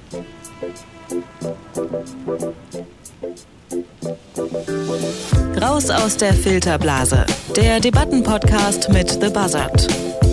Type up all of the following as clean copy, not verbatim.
Raus aus der Filterblase, der Debattenpodcast mit The Buzzard.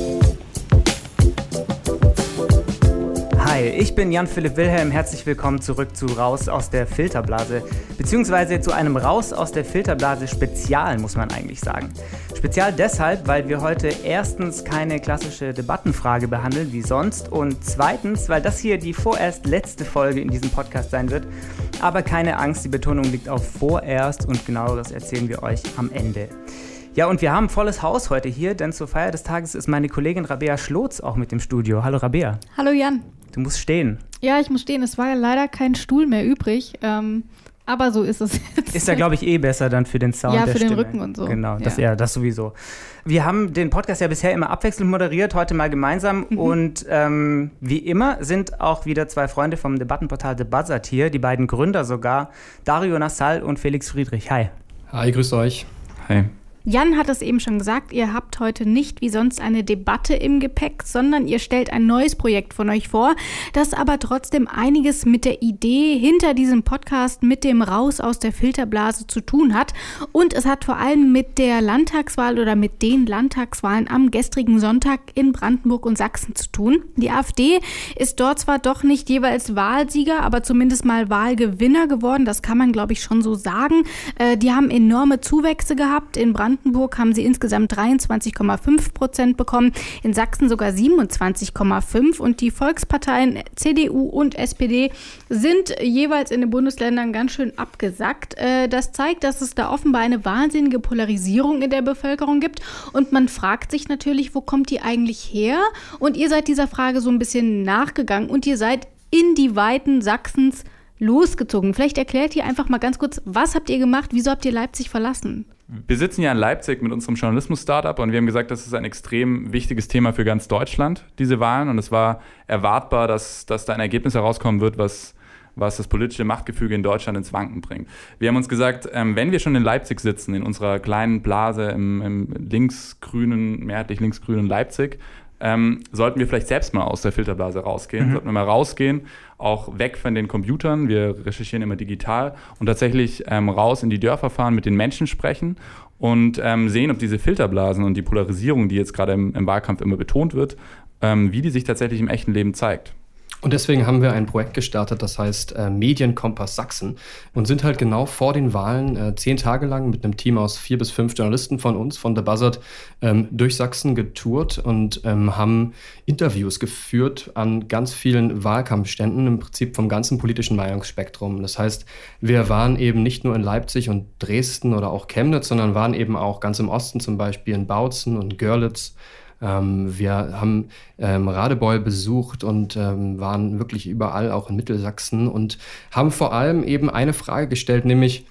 Hi, ich bin Jan-Philipp Wilhelm. Herzlich willkommen zurück zu Raus aus der Filterblase. Beziehungsweise zu einem Raus aus der Filterblase Spezial, muss man eigentlich sagen. Spezial deshalb, weil wir heute erstens keine klassische Debattenfrage behandeln wie sonst und zweitens, weil das hier die vorerst letzte Folge in diesem Podcast sein wird. Aber keine Angst, die Betonung liegt auf vorerst und genaueres erzählen wir euch am Ende. Ja, und wir haben ein volles Haus heute hier, denn zur Feier des Tages ist meine Kollegin Rabea Schlotz auch mit im Studio. Hallo Rabea. Hallo Jan. Du musst stehen. Ja, ich muss stehen. Es war ja leider kein Stuhl mehr übrig, aber so ist es jetzt. Ist ja, glaube ich, besser dann für den Sound ja, der Stimme. Stimme. Ja, für den Rücken und so. Genau, das sowieso. Wir haben den Podcast ja bisher immer abwechselnd moderiert, heute mal gemeinsam. Und wie immer sind auch wieder zwei Freunde vom Debattenportal The Buzzard hier, die beiden Gründer sogar, Dario Nassal und Felix Friedrich. Hi. Hi, grüßt euch. Hi. Jan hat es eben schon gesagt, ihr habt heute nicht wie sonst eine Debatte im Gepäck, sondern ihr stellt ein neues Projekt von euch vor, das aber trotzdem einiges mit der Idee hinter diesem Podcast, mit dem Raus aus der Filterblase zu tun hat. Und es hat vor allem mit der Landtagswahl oder mit den Landtagswahlen am gestrigen Sonntag in Brandenburg und Sachsen zu tun. Die AfD ist dort zwar doch nicht jeweils Wahlsieger, aber zumindest mal Wahlgewinner geworden. Das kann man, glaube ich, schon so sagen. Die haben enorme Zuwächse gehabt. In Brandenburg haben sie insgesamt 23,5% bekommen, in Sachsen sogar 27,5%. Und die Volksparteien CDU und SPD sind jeweils in den Bundesländern ganz schön abgesackt. Das zeigt, dass es da offenbar eine wahnsinnige Polarisierung in der Bevölkerung gibt. Und man fragt sich natürlich, wo kommt die eigentlich her? Und ihr seid dieser Frage so ein bisschen nachgegangen und ihr seid in die Weiten Sachsens losgezogen. Vielleicht erklärt ihr einfach mal ganz kurz, was habt ihr gemacht? Wieso habt ihr Leipzig verlassen? Wir sitzen ja in Leipzig mit unserem Journalismus-Startup und wir haben gesagt, das ist ein extrem wichtiges Thema für ganz Deutschland, diese Wahlen. Und es war erwartbar, dass da ein Ergebnis herauskommen wird, was das politische Machtgefüge in Deutschland ins Wanken bringt. Wir haben uns gesagt, wenn wir schon in Leipzig sitzen, in unserer kleinen Blase im mehrheitlich linksgrünen Leipzig, sollten wir vielleicht selbst mal aus der Filterblase rausgehen. Sollten wir mal rausgehen, auch weg von den Computern. Wir recherchieren immer digital und tatsächlich raus in die Dörfer fahren, mit den Menschen sprechen und sehen, ob diese Filterblasen und die Polarisierung, die jetzt gerade im Wahlkampf immer betont wird, wie die sich tatsächlich im echten Leben zeigt. Und deswegen haben wir ein Projekt gestartet, das heißt Medienkompass Sachsen und sind halt genau vor den Wahlen 10 Tage lang mit einem Team aus 4 bis 5 Journalisten von uns, von The Buzzard, durch Sachsen getourt und haben Interviews geführt an ganz vielen Wahlkampfständen, im Prinzip vom ganzen politischen Meinungsspektrum. Das heißt, wir waren eben nicht nur in Leipzig und Dresden oder auch Chemnitz, sondern waren eben auch ganz im Osten, zum Beispiel in Bautzen und Görlitz. Wir haben Radebeul besucht und waren wirklich überall, auch in Mittelsachsen und haben vor allem eben eine Frage gestellt, nämlich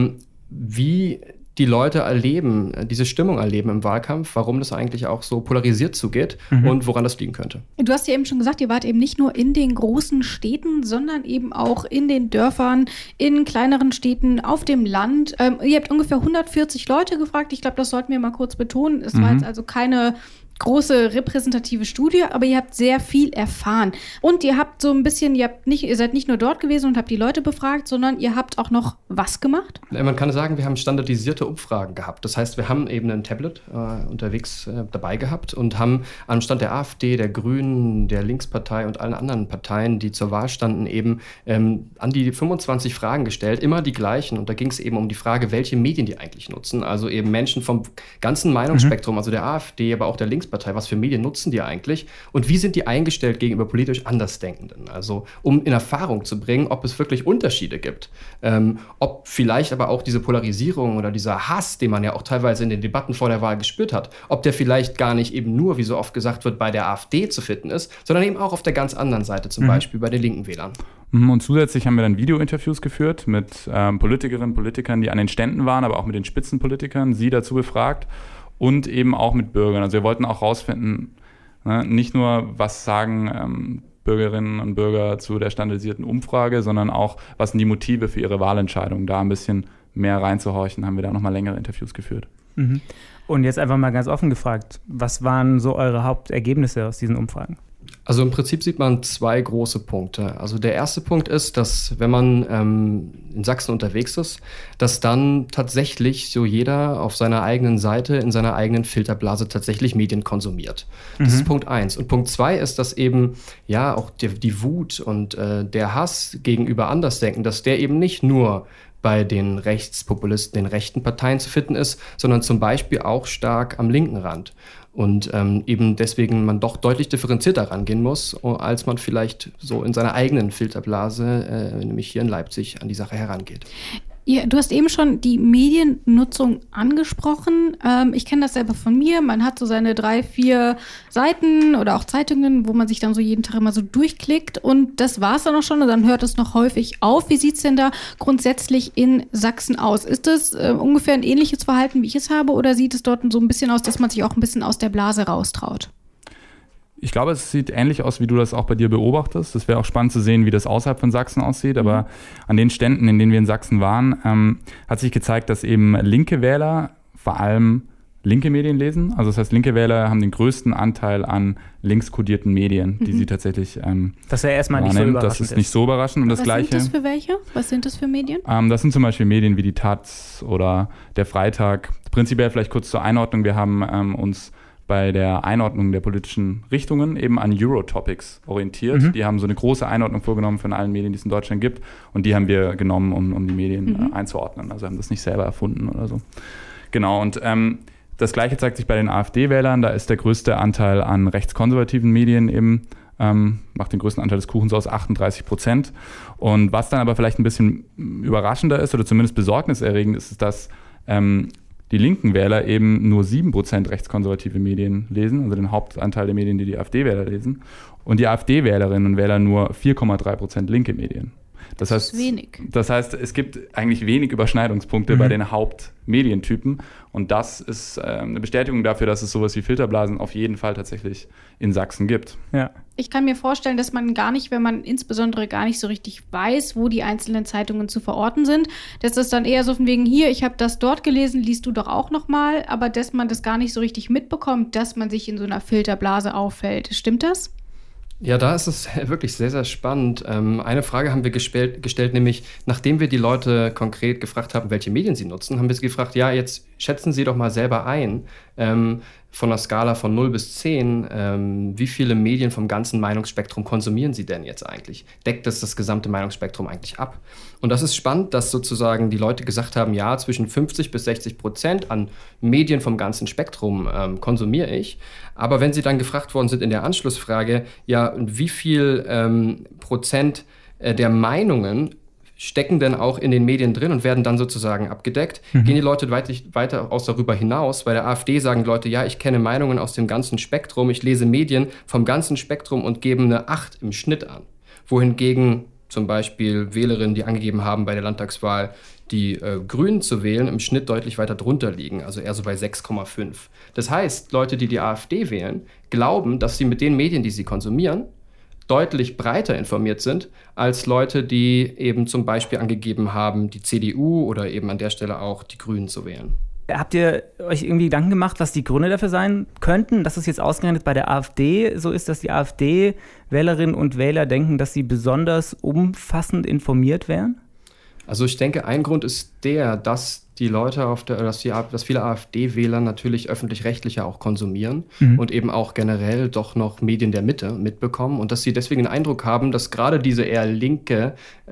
wie die Leute diese Stimmung erleben im Wahlkampf, warum das eigentlich auch so polarisiert zugeht und woran das liegen könnte. Du hast ja eben schon gesagt, ihr wart eben nicht nur in den großen Städten, sondern eben auch in den Dörfern, in kleineren Städten, auf dem Land. Ihr habt ungefähr 140 Leute gefragt. Ich glaube, das sollten wir mal kurz betonen. Es war jetzt also keine große repräsentative Studie, aber ihr habt sehr viel erfahren. Und ihr habt so ein bisschen, ihr seid nicht nur dort gewesen und habt die Leute befragt, sondern ihr habt auch noch was gemacht? Man kann sagen, wir haben standardisierte Umfragen gehabt. Das heißt, wir haben eben ein Tablet unterwegs dabei gehabt und haben anstatt der AfD, der Grünen, der Linkspartei und allen anderen Parteien, die zur Wahl standen, eben an die 25 Fragen gestellt, immer die gleichen. Und da ging es eben um die Frage, welche Medien die eigentlich nutzen. Also eben Menschen vom ganzen Meinungsspektrum, also der AfD, aber auch der Linkspartei, was für Medien nutzen die eigentlich und wie sind die eingestellt gegenüber politisch Andersdenkenden? Also um in Erfahrung zu bringen, ob es wirklich Unterschiede gibt, ob vielleicht aber auch diese Polarisierung oder dieser Hass, den man ja auch teilweise in den Debatten vor der Wahl gespürt hat, ob der vielleicht gar nicht eben nur, wie so oft gesagt wird, bei der AfD zu finden ist, sondern eben auch auf der ganz anderen Seite, zum Beispiel bei den linken Wählern. Und zusätzlich haben wir dann Video-Interviews geführt mit Politikerinnen und Politikern, die an den Ständen waren, aber auch mit den Spitzenpolitikern, sie dazu befragt. Und eben auch mit Bürgern. Also wir wollten auch rausfinden, nicht nur, was sagen Bürgerinnen und Bürger zu der standardisierten Umfrage, sondern auch, was sind die Motive für ihre Wahlentscheidung. Da ein bisschen mehr reinzuhorchen, haben wir da nochmal längere Interviews geführt. Und jetzt einfach mal ganz offen gefragt, was waren so eure Hauptergebnisse aus diesen Umfragen? Also im Prinzip sieht man 2 große Punkte. Also der erste Punkt ist, dass wenn man in Sachsen unterwegs ist, dass dann tatsächlich so jeder auf seiner eigenen Seite, in seiner eigenen Filterblase tatsächlich Medien konsumiert. Das ist Punkt 1. Und Punkt 2 ist, dass eben ja auch die Wut und der Hass gegenüber Andersdenken, dass der eben nicht nur bei den Rechtspopulisten, den rechten Parteien zu finden ist, sondern zum Beispiel auch stark am linken Rand. Und eben deswegen man doch deutlich differenzierter rangehen muss, als man vielleicht so in seiner eigenen Filterblase, nämlich hier in Leipzig, an die Sache herangeht. Ja, du hast eben schon die Mediennutzung angesprochen. Ich kenne das selber von mir. Man hat so seine 3, 4 Seiten oder auch Zeitungen, wo man sich dann so jeden Tag immer so durchklickt. Und das war es dann auch schon und dann hört es noch häufig auf. Wie sieht es denn da grundsätzlich in Sachsen aus? Ist das ungefähr ein ähnliches Verhalten, wie ich es habe? Oder sieht es dort so ein bisschen aus, dass man sich auch ein bisschen aus der Blase raustraut? Ich glaube, es sieht ähnlich aus, wie du das auch bei dir beobachtest. Das wäre auch spannend zu sehen, wie das außerhalb von Sachsen aussieht. Aber an den Ständen, in denen wir in Sachsen waren, hat sich gezeigt, dass eben linke Wähler vor allem linke Medien lesen. Also das heißt, linke Wähler haben den größten Anteil an links kodierten Medien, die sie tatsächlich das wäre erstmal nicht so überraschend. Das ist nicht so überraschend. Und das Gleiche. Was sind das für welche? Was sind das für Medien? Das sind zum Beispiel Medien wie die Taz oder der Freitag. Prinzipiell vielleicht kurz zur Einordnung. Wir haben uns bei der Einordnung der politischen Richtungen eben an Eurotopics orientiert. Die haben so eine große Einordnung vorgenommen von allen Medien, die es in Deutschland gibt. Und die haben wir genommen, um die Medien einzuordnen. Also haben das nicht selber erfunden oder so. Genau, und das Gleiche zeigt sich bei den AfD-Wählern. Da ist der größte Anteil an rechtskonservativen Medien eben, macht den größten Anteil des Kuchens aus, 38%. Und was dann aber vielleicht ein bisschen überraschender ist oder zumindest besorgniserregend ist, dass die linken Wähler eben nur 7% rechtskonservative Medien lesen, also den Hauptanteil der Medien, die die AfD-Wähler lesen. Und die AfD-Wählerinnen und Wähler nur 4,3% linke Medien. Das heißt, es gibt eigentlich wenig Überschneidungspunkte bei den Hauptmedientypen. Und das ist eine Bestätigung dafür, dass es sowas wie Filterblasen auf jeden Fall tatsächlich in Sachsen gibt. Ja. Ich kann mir vorstellen, dass man gar nicht, wenn man insbesondere gar nicht so richtig weiß, wo die einzelnen Zeitungen zu verorten sind, dass das dann eher so von wegen, hier, ich habe das dort gelesen, liest du doch auch nochmal, aber dass man das gar nicht so richtig mitbekommt, dass man sich in so einer Filterblase auffällt. Stimmt das? Ja, da ist es wirklich sehr, sehr spannend. Eine Frage haben wir gestellt, nämlich nachdem wir die Leute konkret gefragt haben, welche Medien sie nutzen, haben wir sie gefragt, ja, jetzt schätzen Sie doch mal selber ein, von einer Skala von 0 bis 10, wie viele Medien vom ganzen Meinungsspektrum konsumieren Sie denn jetzt eigentlich? Deckt das gesamte Meinungsspektrum eigentlich ab? Und das ist spannend, dass sozusagen die Leute gesagt haben, ja, zwischen 50% bis 60% an Medien vom ganzen Spektrum konsumiere ich. Aber wenn sie dann gefragt worden sind in der Anschlussfrage, ja, wie viel Prozent der Meinungen stecken denn auch in den Medien drin und werden dann sozusagen abgedeckt, gehen die Leute weiter aus darüber hinaus. Bei der AfD sagen Leute, ja, ich kenne Meinungen aus dem ganzen Spektrum, ich lese Medien vom ganzen Spektrum und geben eine 8 im Schnitt an. Wohingegen zum Beispiel Wählerinnen, die angegeben haben bei der Landtagswahl, die Grünen zu wählen, im Schnitt deutlich weiter drunter liegen, also eher so bei 6,5. Das heißt, Leute, die die AfD wählen, glauben, dass sie mit den Medien, die sie konsumieren, deutlich breiter informiert sind als Leute, die eben zum Beispiel angegeben haben, die CDU oder eben an der Stelle auch die Grünen zu wählen. Habt ihr euch irgendwie Gedanken gemacht, was die Gründe dafür sein könnten, dass es jetzt ausgerechnet bei der AfD so ist, dass die AfD-Wählerinnen und Wähler denken, dass sie besonders umfassend informiert wären? Also ich denke, ein Grund ist dass die Leute dass viele AfD-Wähler natürlich öffentlich-rechtliche auch konsumieren und eben auch generell doch noch Medien der Mitte mitbekommen und dass sie deswegen den Eindruck haben, dass gerade diese eher linke,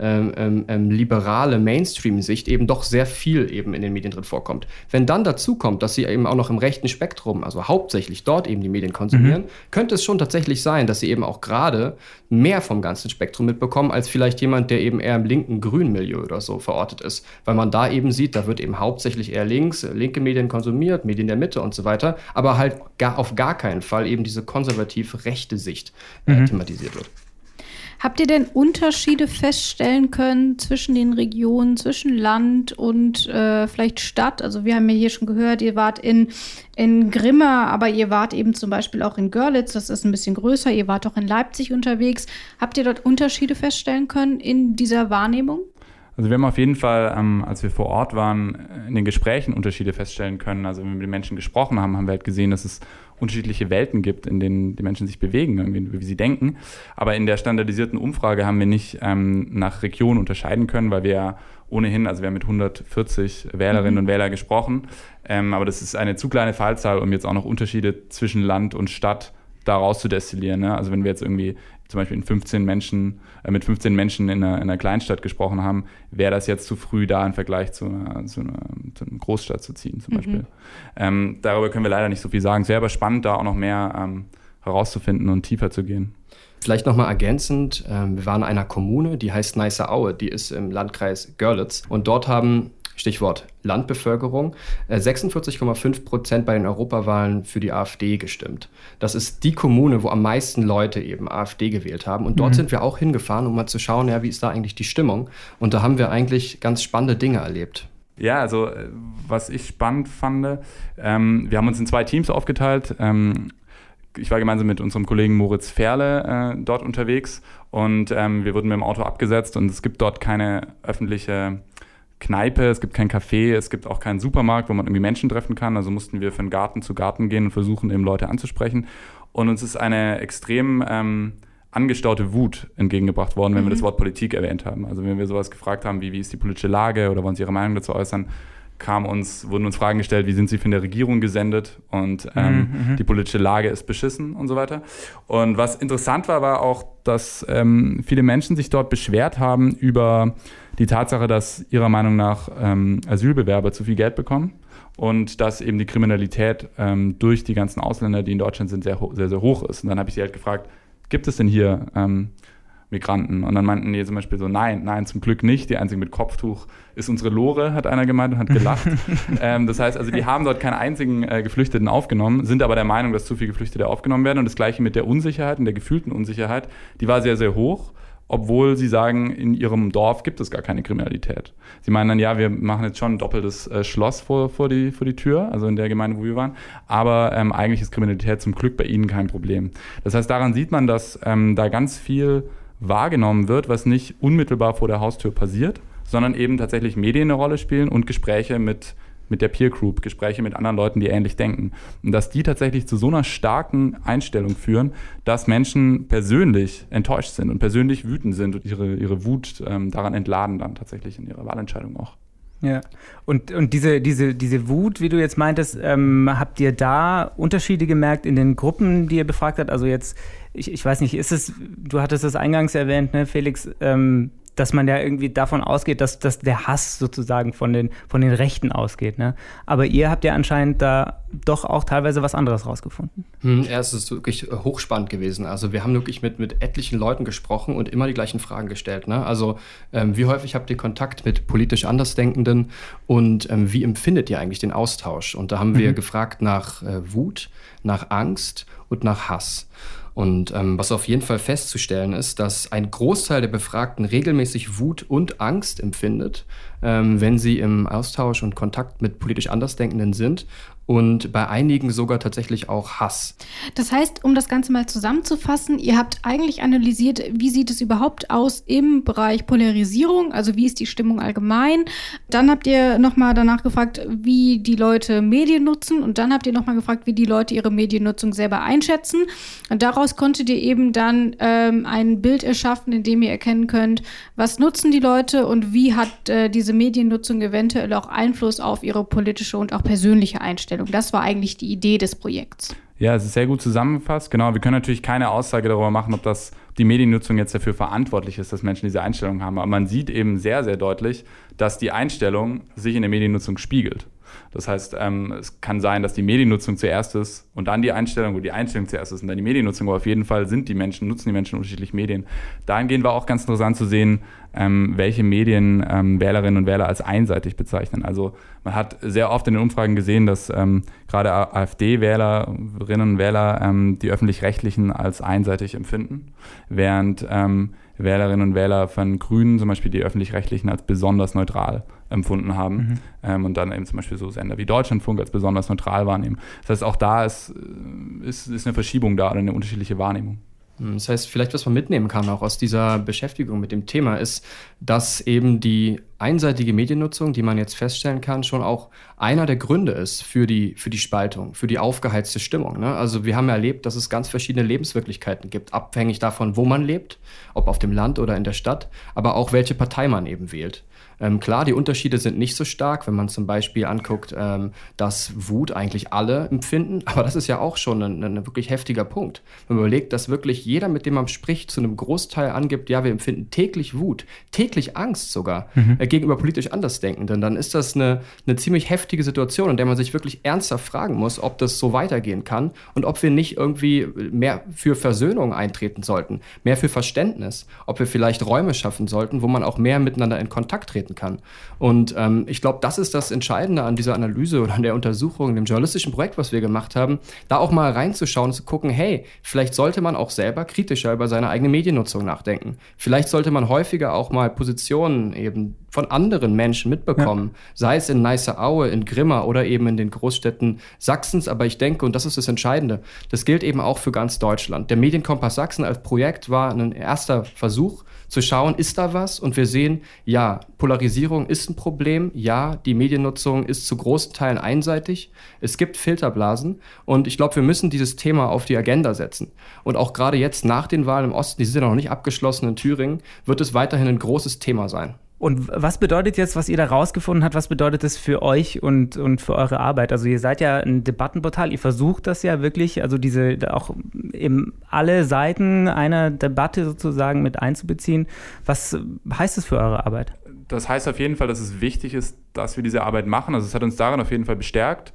liberale Mainstream-Sicht eben doch sehr viel eben in den Medien drin vorkommt. Wenn dann dazu kommt, dass sie eben auch noch im rechten Spektrum, also hauptsächlich dort eben die Medien konsumieren, könnte es schon tatsächlich sein, dass sie eben auch gerade mehr vom ganzen Spektrum mitbekommen, als vielleicht jemand, der eben eher im linken grünen Milieu oder so verortet ist. Weil man da eben sieht, da wird eben hauptsächlich eher linke Medien konsumiert, Medien der Mitte und so weiter, aber halt auf gar keinen Fall eben diese konservativ-rechte Sicht thematisiert wird. Habt ihr denn Unterschiede feststellen können zwischen den Regionen, zwischen Land und vielleicht Stadt? Also wir haben ja hier schon gehört, ihr wart in Grimma, aber ihr wart eben zum Beispiel auch in Görlitz, das ist ein bisschen größer, ihr wart auch in Leipzig unterwegs. Habt ihr dort Unterschiede feststellen können in dieser Wahrnehmung? Also wir haben auf jeden Fall, als wir vor Ort waren, in den Gesprächen Unterschiede feststellen können. Also wenn wir mit den Menschen gesprochen haben, haben wir halt gesehen, dass es unterschiedliche Welten gibt, in denen die Menschen sich bewegen, irgendwie, wie sie denken. Aber in der standardisierten Umfrage haben wir nicht nach Region unterscheiden können, weil wir ja ohnehin, also wir haben mit 140 Wählerinnen und Wählern gesprochen. Aber das ist eine zu kleine Fallzahl, um jetzt auch noch Unterschiede zwischen Land und Stadt daraus zu destillieren. Ne? Also wenn wir jetzt irgendwie zum Beispiel mit 15 Menschen in einer Kleinstadt gesprochen haben, wäre das jetzt zu früh, da im Vergleich zu einer Großstadt zu ziehen zum Beispiel. Darüber können wir leider nicht so viel sagen. Es wäre aber spannend, da auch noch mehr herauszufinden und tiefer zu gehen. Vielleicht nochmal ergänzend, wir waren in einer Kommune, die heißt Neisse Aue, die ist im Landkreis Görlitz und dort haben, Stichwort Landbevölkerung, 46,5% bei den Europawahlen für die AfD gestimmt. Das ist die Kommune, wo am meisten Leute eben AfD gewählt haben. Und dort sind wir auch hingefahren, um mal zu schauen, ja, wie ist da eigentlich die Stimmung? Und da haben wir eigentlich ganz spannende Dinge erlebt. Ja, also was ich spannend fand, wir haben uns in 2 Teams aufgeteilt. Ich war gemeinsam mit unserem Kollegen Moritz Ferle dort unterwegs und wir wurden mit dem Auto abgesetzt und es gibt dort keine öffentliche Kneipe, es gibt kein Café, es gibt auch keinen Supermarkt, wo man irgendwie Menschen treffen kann. Also mussten wir von Garten zu Garten gehen und versuchen, eben Leute anzusprechen. Und uns ist eine extrem angestaute Wut entgegengebracht worden, wenn wir das Wort Politik erwähnt haben. Also wenn wir sowas gefragt haben, wie ist die politische Lage oder wollen Sie Ihre Meinung dazu äußern, wurden uns Fragen gestellt, wie sind Sie von der Regierung gesendet und die politische Lage ist beschissen und so weiter. Und was interessant war auch, dass viele Menschen sich dort beschwert haben über die Tatsache, dass ihrer Meinung nach Asylbewerber zu viel Geld bekommen und dass eben die Kriminalität durch die ganzen Ausländer, die in Deutschland sind, sehr, sehr, sehr hoch ist. Und dann habe ich sie halt gefragt, gibt es denn hier Migranten? Und dann meinten die zum Beispiel so, nein, zum Glück nicht. Die einzige mit Kopftuch ist unsere Lore, hat einer gemeint und hat gelacht. Das heißt also, die haben dort keinen einzigen Geflüchteten aufgenommen, sind aber der Meinung, dass zu viele Geflüchtete aufgenommen werden. Und das Gleiche mit der Unsicherheit und der gefühlten Unsicherheit, die war sehr, sehr hoch, obwohl sie sagen, in ihrem Dorf gibt es gar keine Kriminalität. Sie meinen dann, ja, wir machen jetzt schon ein doppeltes Schloss vor die Tür, also in der Gemeinde, wo wir waren, aber eigentlich ist Kriminalität zum Glück bei ihnen kein Problem. Das heißt, daran sieht man, dass da ganz viel wahrgenommen wird, was nicht unmittelbar vor der Haustür passiert, sondern eben tatsächlich Medien eine Rolle spielen und Gespräche mit der Peer Group, Gespräche mit anderen Leuten, die ähnlich denken. Und dass die tatsächlich zu so einer starken Einstellung führen, dass Menschen persönlich enttäuscht sind und persönlich wütend sind und ihre Wut daran entladen dann tatsächlich in ihrer Wahlentscheidung auch. Ja, und diese Wut, wie du jetzt meintest, habt ihr da Unterschiede gemerkt in den Gruppen, die ihr befragt habt? Also jetzt, ich weiß nicht, du hattest das eingangs erwähnt, ne, Felix, dass man ja irgendwie davon ausgeht, dass der Hass sozusagen von den Rechten ausgeht, ne? Aber ihr habt ja anscheinend da doch auch teilweise was anderes rausgefunden. Ja, es ist wirklich hochspannend gewesen. Also wir haben wirklich mit etlichen Leuten gesprochen und immer die gleichen Fragen gestellt, ne? Also wie häufig habt ihr Kontakt mit politisch Andersdenkenden und wie empfindet ihr eigentlich den Austausch? Und da haben wir gefragt nach Wut, nach Angst und nach Hass. Und was auf jeden Fall festzustellen ist, dass ein Großteil der Befragten regelmäßig Wut und Angst empfindet, wenn sie im Austausch und Kontakt mit politisch Andersdenkenden sind. Und bei einigen sogar tatsächlich auch Hass. Das heißt, um das Ganze mal zusammenzufassen, ihr habt eigentlich analysiert, wie sieht es überhaupt aus im Bereich Polarisierung, also wie ist die Stimmung allgemein. Dann habt ihr nochmal danach gefragt, wie die Leute Medien nutzen und dann habt ihr nochmal gefragt, wie die Leute ihre Mediennutzung selber einschätzen. Und daraus konntet ihr eben dann ein Bild erschaffen, in dem ihr erkennen könnt, was nutzen die Leute und wie hat diese Mediennutzung eventuell auch Einfluss auf ihre politische und auch persönliche Einstellung. Das war eigentlich die Idee des Projekts. Ja, es ist sehr gut zusammengefasst. Genau, wir können natürlich keine Aussage darüber machen, ob die Mediennutzung jetzt dafür verantwortlich ist, dass Menschen diese Einstellung haben. Aber man sieht eben sehr, sehr deutlich, dass die Einstellung sich in der Mediennutzung spiegelt. Das heißt, es kann sein, dass die Mediennutzung zuerst ist und dann die Einstellung, wo die Einstellung zuerst ist und dann die Mediennutzung. Aber auf jeden Fall nutzen die Menschen unterschiedlich Medien. Dahingehend war auch ganz interessant zu sehen, welche Medien Wählerinnen und Wähler als einseitig bezeichnen. Also man hat sehr oft in den Umfragen gesehen, dass gerade AfD-Wählerinnen und Wähler die Öffentlich-Rechtlichen als einseitig empfinden, während Wählerinnen und Wähler von Grünen zum Beispiel die Öffentlich-Rechtlichen als besonders neutral empfunden haben und dann eben zum Beispiel so Sender wie Deutschlandfunk als besonders neutral wahrnehmen. Das heißt, auch da ist eine Verschiebung da oder eine unterschiedliche Wahrnehmung. Das heißt, vielleicht was man mitnehmen kann auch aus dieser Beschäftigung mit dem Thema ist, dass eben die einseitige Mediennutzung, die man jetzt feststellen kann, schon auch einer der Gründe ist für die Spaltung, für die aufgeheizte Stimmung. Ne? Also wir haben erlebt, dass es ganz verschiedene Lebenswirklichkeiten gibt, abhängig davon, wo man lebt, ob auf dem Land oder in der Stadt, aber auch welche Partei man eben wählt. Klar, die Unterschiede sind nicht so stark, wenn man zum Beispiel anguckt, dass Wut eigentlich alle empfinden, aber das ist ja auch schon ein wirklich heftiger Punkt. Wenn man überlegt, dass wirklich jeder, mit dem man spricht, zu einem Großteil angibt, ja, wir empfinden täglich Wut, täglich Angst sogar gegenüber politisch Andersdenkenden, dann ist das eine ziemlich heftige Situation, in der man sich wirklich ernsthaft fragen muss, ob das so weitergehen kann und ob wir nicht irgendwie mehr für Versöhnung eintreten sollten, mehr für Verständnis, ob wir vielleicht Räume schaffen sollten, wo man auch mehr miteinander in Kontakt treten kann. Und ich glaube, das ist das Entscheidende an dieser Analyse oder an der Untersuchung, dem journalistischen Projekt, was wir gemacht haben, da auch mal reinzuschauen und zu gucken, hey, vielleicht sollte man auch selber kritischer über seine eigene Mediennutzung nachdenken. Vielleicht sollte man häufiger auch mal Positionen eben von anderen Menschen mitbekommen, sei es in Neiße-Aue, in Grimma oder eben in den Großstädten Sachsens. Aber ich denke, und das ist das Entscheidende, das gilt eben auch für ganz Deutschland. Der Medienkompass Sachsen als Projekt war ein erster Versuch, zu schauen, ist da was? Und wir sehen, ja, Polarisierung ist ein Problem. Ja, die Mediennutzung ist zu großen Teilen einseitig. Es gibt Filterblasen. Und ich glaube, wir müssen dieses Thema auf die Agenda setzen. Und auch gerade jetzt nach den Wahlen im Osten, die sind ja noch nicht abgeschlossen in Thüringen, wird es weiterhin ein großes Thema sein. Und was bedeutet jetzt, was ihr da rausgefunden habt, was bedeutet das für euch und für eure Arbeit? Also ihr seid ja ein Debattenportal, ihr versucht das ja wirklich, also auch eben alle Seiten einer Debatte sozusagen mit einzubeziehen. Was heißt das für eure Arbeit? Das heißt auf jeden Fall, dass es wichtig ist, dass wir diese Arbeit machen. Also es hat uns darin auf jeden Fall bestärkt.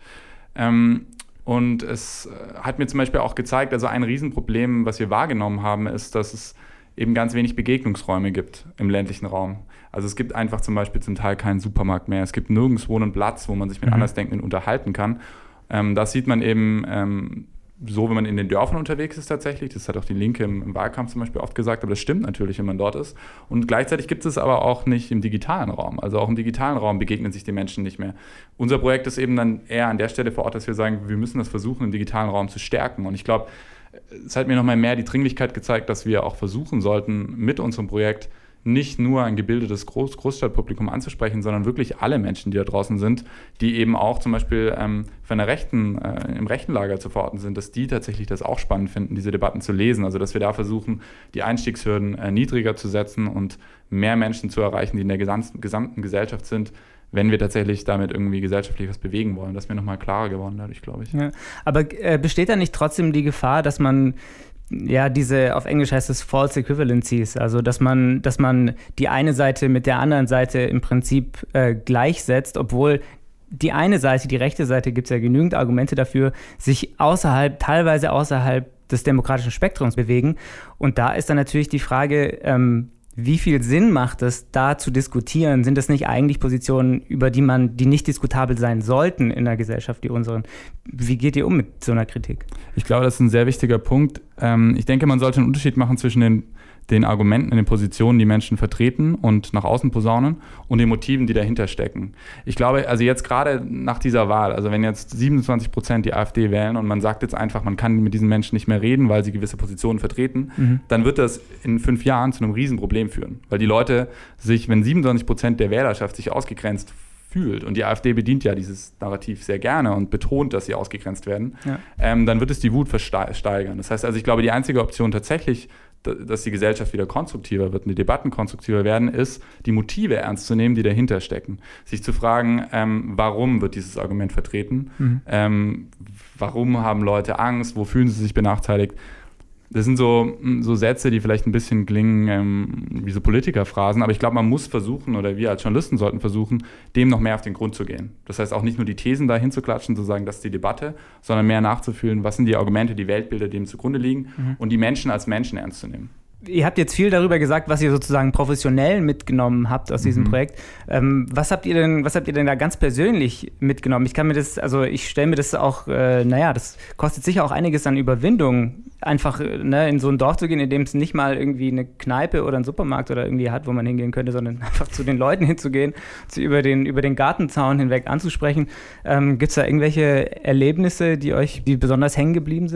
Und es hat mir zum Beispiel auch gezeigt, also ein Riesenproblem, was wir wahrgenommen haben, ist, dass es eben ganz wenig Begegnungsräume gibt im ländlichen Raum. Also es gibt einfach zum Beispiel zum Teil keinen Supermarkt mehr. Es gibt nirgendwo einen Platz, wo man sich mit Andersdenkenden unterhalten kann. Das sieht man eben so, wenn man in den Dörfern unterwegs ist tatsächlich. Das hat auch die Linke im Wahlkampf zum Beispiel oft gesagt, aber das stimmt natürlich, wenn man dort ist. Und gleichzeitig gibt es aber auch nicht im digitalen Raum. Also auch im digitalen Raum begegnen sich die Menschen nicht mehr. Unser Projekt ist eben dann eher an der Stelle vor Ort, dass wir sagen, wir müssen das versuchen, im digitalen Raum zu stärken. Und ich glaube, es hat mir nochmal mehr die Dringlichkeit gezeigt, dass wir auch versuchen sollten, mit unserem Projekt nicht nur ein gebildetes Großstadtpublikum anzusprechen, sondern wirklich alle Menschen, die da draußen sind, die eben auch zum Beispiel von der im rechten Lager zu verorten sind, dass die tatsächlich das auch spannend finden, diese Debatten zu lesen. Also dass wir da versuchen, die Einstiegshürden niedriger zu setzen und mehr Menschen zu erreichen, die in der gesamten Gesellschaft sind, wenn wir tatsächlich damit irgendwie gesellschaftlich was bewegen wollen. Das ist mir nochmal klarer geworden dadurch, glaube ich. Ja, aber besteht da nicht trotzdem die Gefahr, dass man diese, auf Englisch heißt es False Equivalencies, also dass man die eine Seite mit der anderen Seite im Prinzip gleichsetzt, obwohl die eine Seite, die rechte Seite, gibt es ja genügend Argumente dafür, sich teilweise außerhalb des demokratischen Spektrums bewegen. Und da ist dann natürlich die Frage, wie viel Sinn macht es, da zu diskutieren? Sind das nicht eigentlich Positionen, über die nicht diskutabel sein sollten in einer Gesellschaft wie unseren? Wie geht ihr um mit so einer Kritik? Ich glaube, das ist ein sehr wichtiger Punkt. Ich denke, man sollte einen Unterschied machen zwischen den Argumenten, den Positionen, die Menschen vertreten und nach außen posaunen und den Motiven, die dahinter stecken. Ich glaube, also jetzt gerade nach dieser Wahl, also wenn jetzt 27% die AfD wählen und man sagt jetzt einfach, man kann mit diesen Menschen nicht mehr reden, weil sie gewisse Positionen vertreten, dann wird das in 5 Jahren zu einem Riesenproblem führen. Weil die Leute sich, wenn 27% der Wählerschaft sich ausgegrenzt fühlt, und die AfD bedient ja dieses Narrativ sehr gerne und betont, dass sie ausgegrenzt werden, dann wird es die Wut steigern. Das heißt also, ich glaube, die einzige Option tatsächlich, dass die Gesellschaft wieder konstruktiver wird und die Debatten konstruktiver werden, ist, die Motive ernst zu nehmen, die dahinter stecken. Sich zu fragen, warum wird dieses Argument vertreten? Warum haben Leute Angst? Wo fühlen sie sich benachteiligt? Das sind so Sätze, die vielleicht ein bisschen klingen wie so Politikerphrasen, aber ich glaube, man muss versuchen, oder wir als Journalisten sollten versuchen, dem noch mehr auf den Grund zu gehen. Das heißt auch nicht nur die Thesen da hinzuklatschen, zu sagen, das ist die Debatte, sondern mehr nachzufühlen, was sind die Argumente, die Weltbilder, die dem zugrunde liegen und die Menschen als Menschen ernst zu nehmen. Ihr habt jetzt viel darüber gesagt, was ihr sozusagen professionell mitgenommen habt aus diesem Projekt. Was habt ihr denn da ganz persönlich mitgenommen? Ich stelle mir das auch, das kostet sicher auch einiges an Überwindung, einfach in so ein Dorf zu gehen, in dem es nicht mal irgendwie eine Kneipe oder einen Supermarkt oder irgendwie hat, wo man hingehen könnte, sondern einfach zu den Leuten hinzugehen, über den Gartenzaun hinweg anzusprechen. Gibt es da irgendwelche Erlebnisse, die besonders hängen geblieben sind?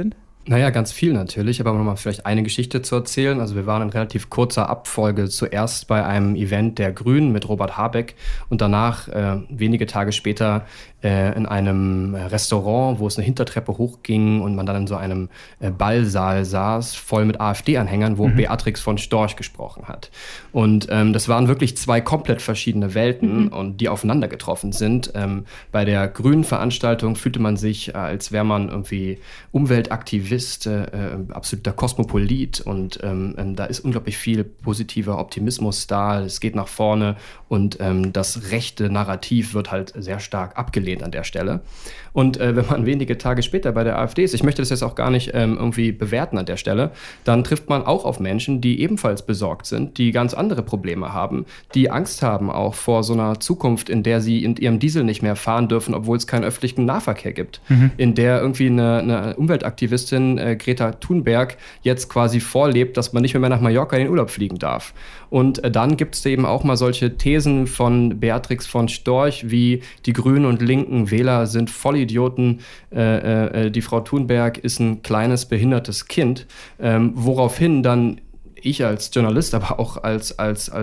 Naja, ganz viel natürlich, aber nochmal vielleicht eine Geschichte zu erzählen. Also wir waren in relativ kurzer Abfolge zuerst bei einem Event der Grünen mit Robert Habeck und danach wenige Tage später in einem Restaurant, wo es eine Hintertreppe hochging und man dann in so einem Ballsaal saß, voll mit AfD-Anhängern, wo Beatrix von Storch gesprochen hat. Und das waren wirklich zwei komplett verschiedene Welten und die aufeinander getroffen sind. Bei der grünen Veranstaltung fühlte man sich, als wäre man irgendwie Umweltaktivist, absoluter Kosmopolit und da ist unglaublich viel positiver Optimismus da, es geht nach vorne und das rechte Narrativ wird halt sehr stark abgelehnt an der Stelle. Und wenn man wenige Tage später bei der AfD ist, ich möchte das jetzt auch gar nicht irgendwie bewerten an der Stelle, dann trifft man auch auf Menschen, die ebenfalls besorgt sind, die ganz andere Probleme haben, die Angst haben auch vor so einer Zukunft, in der sie in ihrem Diesel nicht mehr fahren dürfen, obwohl es keinen öffentlichen Nahverkehr gibt, in der irgendwie eine Umweltaktivistin, Greta Thunberg, jetzt quasi vorlebt, dass man nicht mehr nach Mallorca in den Urlaub fliegen darf. Und dann gibt es eben auch mal solche Thesen von Beatrix von Storch, wie die Grünen und linken Wähler sind Vollidioten, die Frau Thunberg ist ein kleines, behindertes Kind, woraufhin dann ich als Journalist, aber auch als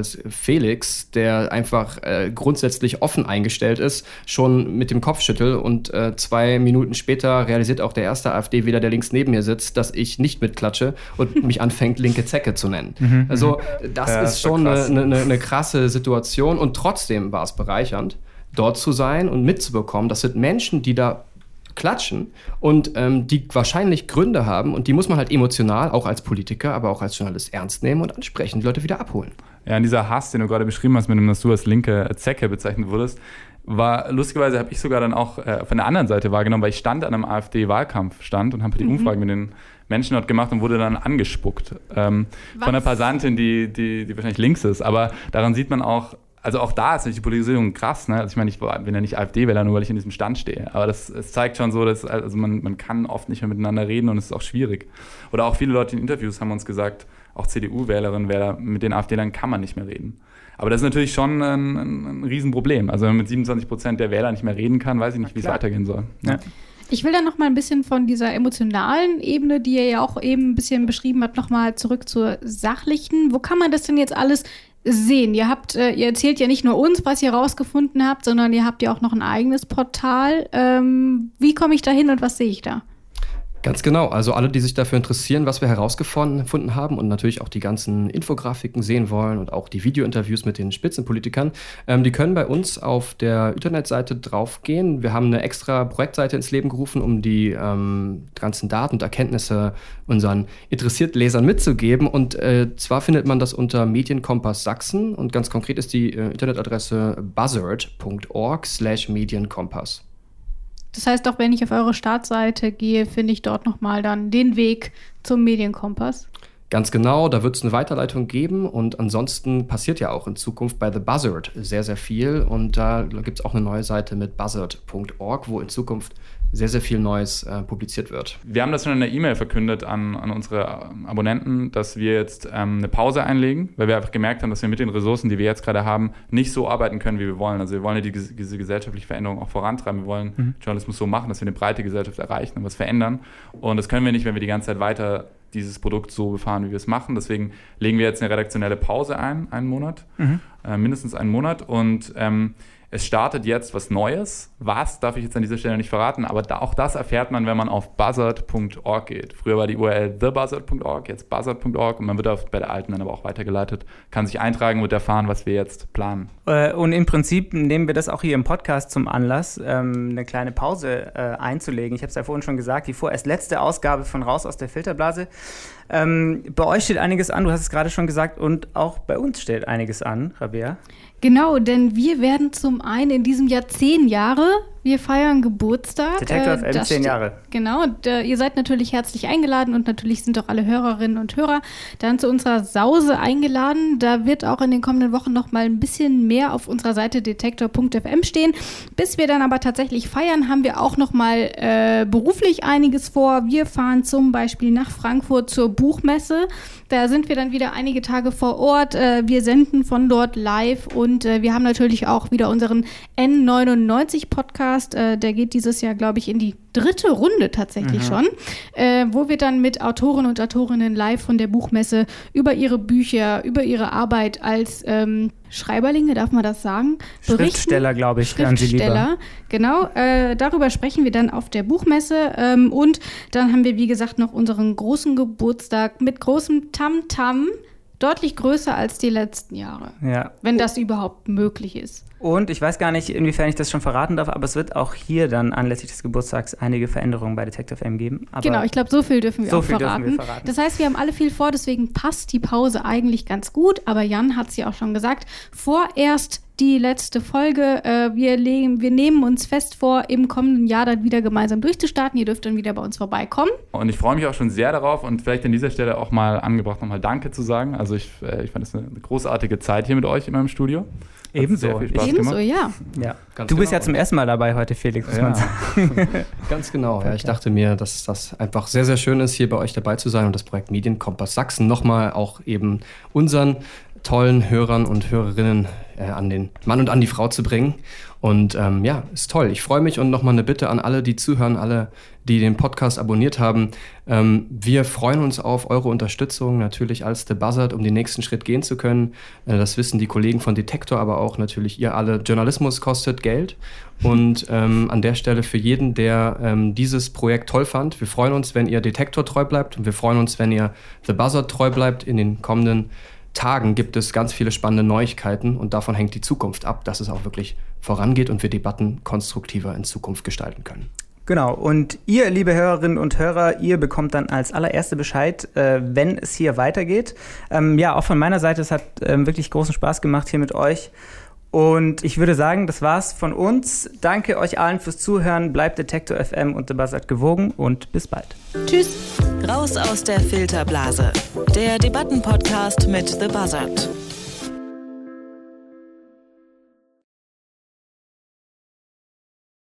Felix, der einfach grundsätzlich offen eingestellt ist, schon mit dem Kopf schüttel und 2 Minuten später realisiert auch der erste AfD-Wähler, der links neben mir sitzt, dass ich nicht mitklatsche und mich anfängt, linke Zecke zu nennen. Also das ist schon eine krasse Situation und trotzdem war es bereichernd, dort zu sein und mitzubekommen, das sind Menschen, die da klatschen und die wahrscheinlich Gründe haben und die muss man halt emotional, auch als Politiker, aber auch als Journalist ernst nehmen und ansprechen, die Leute wieder abholen. Ja, und dieser Hass, den du gerade beschrieben hast, mit dem, dass du als linke Zecke bezeichnet wurdest, war lustigerweise, habe ich sogar dann auch von der anderen Seite wahrgenommen, weil ich stand an einem AfD-Wahlkampfstand und habe die Umfrage mit den Menschen dort gemacht und wurde dann angespuckt von einer Passantin, die wahrscheinlich links ist. Aber daran sieht man auch, also auch da ist natürlich die Polarisierung krass, ne? Also ich meine, ich bin ja nicht AfD-Wähler, nur weil ich in diesem Stand stehe. Aber es zeigt schon so, dass also man kann oft nicht mehr miteinander reden und es ist auch schwierig. Oder auch viele Leute in Interviews haben uns gesagt, auch CDU-Wählerinnen, Wähler, mit den AfD-Lern kann man nicht mehr reden. Aber das ist natürlich schon ein Riesenproblem. Also wenn man mit 27% der Wähler nicht mehr reden kann, weiß ich nicht, wie es weitergehen soll. Ja. Ich will dann noch mal ein bisschen von dieser emotionalen Ebene, die ihr ja auch eben ein bisschen beschrieben habt, noch mal zurück zur sachlichen. Wo kann man das denn jetzt alles sehen? Ihr erzählt ja nicht nur uns, was ihr rausgefunden habt, sondern ihr habt ja auch noch ein eigenes Portal. Wie komme ich da hin und was sehe ich da? Ganz genau. Also alle, die sich dafür interessieren, was wir herausgefunden haben und natürlich auch die ganzen Infografiken sehen wollen und auch die Videointerviews mit den Spitzenpolitikern, die können bei uns auf der Internetseite draufgehen. Wir haben eine extra Projektseite ins Leben gerufen, um die ganzen Daten und Erkenntnisse unseren interessierten Lesern mitzugeben. Und zwar findet man das unter Medienkompass Sachsen und ganz konkret ist die Internetadresse buzzard.org/Medienkompass. Das heißt, auch wenn ich auf eure Startseite gehe, finde ich dort nochmal dann den Weg zum Medienkompass. Ganz genau, da wird es eine Weiterleitung geben und ansonsten passiert ja auch in Zukunft bei The Buzzard sehr, sehr viel und da gibt es auch eine neue Seite mit buzzard.org, wo in Zukunft sehr, sehr viel Neues publiziert wird. Wir haben das schon in der E-Mail verkündet an unsere Abonnenten, dass wir jetzt eine Pause einlegen, weil wir einfach gemerkt haben, dass wir mit den Ressourcen, die wir jetzt gerade haben, nicht so arbeiten können, wie wir wollen. Also wir wollen ja diese gesellschaftliche Veränderung auch vorantreiben. Wir wollen Journalismus so machen, dass wir eine breite Gesellschaft erreichen und was verändern. Und das können wir nicht, wenn wir die ganze Zeit weiter dieses Produkt so befahren, wie wir es machen. Deswegen legen wir jetzt eine redaktionelle Pause ein, einen Monat, mindestens einen Monat. Und es startet jetzt was Neues. Was, darf ich jetzt an dieser Stelle nicht verraten, aber auch das erfährt man, wenn man auf buzzard.org geht. Früher war die URL thebuzzard.org, jetzt buzzard.org und man wird bei der alten dann aber auch weitergeleitet, kann sich eintragen und erfahren, was wir jetzt planen. Und im Prinzip nehmen wir das auch hier im Podcast zum Anlass, eine kleine Pause einzulegen. Ich habe es ja vorhin schon gesagt, die vorerst letzte Ausgabe von Raus aus der Filterblase. Bei euch steht einiges an, du hast es gerade schon gesagt, und auch bei uns steht einiges an, Rabea. Genau, denn wir werden zum einen in diesem Jahr 10 Jahre, wir feiern Geburtstag. Detektor FM 10 Jahre. Genau, und ihr seid natürlich herzlich eingeladen und natürlich sind auch alle Hörerinnen und Hörer dann zu unserer Sause eingeladen. Da wird auch in den kommenden Wochen noch mal ein bisschen mehr auf unserer Seite detektor.fm stehen. Bis wir dann aber tatsächlich feiern, haben wir auch noch mal beruflich einiges vor. Wir fahren zum Beispiel nach Frankfurt zur Buchmesse. Da sind wir dann wieder einige Tage vor Ort. Wir senden von dort live und wir haben natürlich auch wieder unseren N99-Podcast. Der geht dieses Jahr, glaube ich, in die 3. Runde tatsächlich schon, wo wir dann mit Autoren und Autorinnen live von der Buchmesse über ihre Bücher, über ihre Arbeit als Schreiberlinge, darf man das sagen? Schriftsteller, glaube ich, Schriftsteller, genau. Darüber sprechen wir dann auf der Buchmesse und dann haben wir, wie gesagt, noch unseren großen Geburtstag mit großem Tamtam, deutlich größer als die letzten Jahre, wenn das überhaupt möglich ist. Und ich weiß gar nicht, inwiefern ich das schon verraten darf, aber es wird auch hier dann anlässlich des Geburtstags einige Veränderungen bei Detector FM geben. Aber genau, ich glaube, so viel dürfen wir auch verraten. Das heißt, wir haben alle viel vor, deswegen passt die Pause eigentlich ganz gut. Aber Jan hat es ja auch schon gesagt, vorerst die letzte Folge. Wir nehmen uns fest vor, im kommenden Jahr dann wieder gemeinsam durchzustarten. Ihr dürft dann wieder bei uns vorbeikommen. Und ich freue mich auch schon sehr darauf und vielleicht an dieser Stelle auch mal angebracht, nochmal Danke zu sagen. Also ich fand es eine großartige Zeit hier mit euch in meinem Studio. Ebenso. Sehr viel Spaß gemacht. Ja. Du bist ja zum ersten Mal dabei heute, Felix, muss man sagen. Ganz genau. Ja, ich dachte mir, dass das einfach sehr, sehr schön ist, hier bei euch dabei zu sein und das Projekt Medienkompass Sachsen nochmal auch eben unseren tollen Hörern und Hörerinnen an den Mann und an die Frau zu bringen. Und ist toll. Ich freue mich und nochmal eine Bitte an alle, die zuhören, alle, die den Podcast abonniert haben. Wir freuen uns auf eure Unterstützung natürlich als The Buzzard, um den nächsten Schritt gehen zu können. Das wissen die Kollegen von Detektor, aber auch natürlich ihr alle. Journalismus kostet Geld. Und an der Stelle für jeden, der dieses Projekt toll fand, wir freuen uns, wenn ihr Detektor treu bleibt und wir freuen uns, wenn ihr The Buzzard treu bleibt. In den kommenden Tagen gibt es ganz viele spannende Neuigkeiten und davon hängt die Zukunft ab, dass es auch wirklich vorangeht und wir Debatten konstruktiver in Zukunft gestalten können. Genau, und ihr, liebe Hörerinnen und Hörer, ihr bekommt dann als allererste Bescheid, wenn es hier weitergeht. Auch von meiner Seite, es hat wirklich großen Spaß gemacht hier mit euch. Und ich würde sagen, das war's von uns. Danke euch allen fürs Zuhören. Bleibt Detektor FM und The Buzzard gewogen und bis bald. Tschüss. Raus aus der Filterblase. Der Debattenpodcast mit The Buzzard.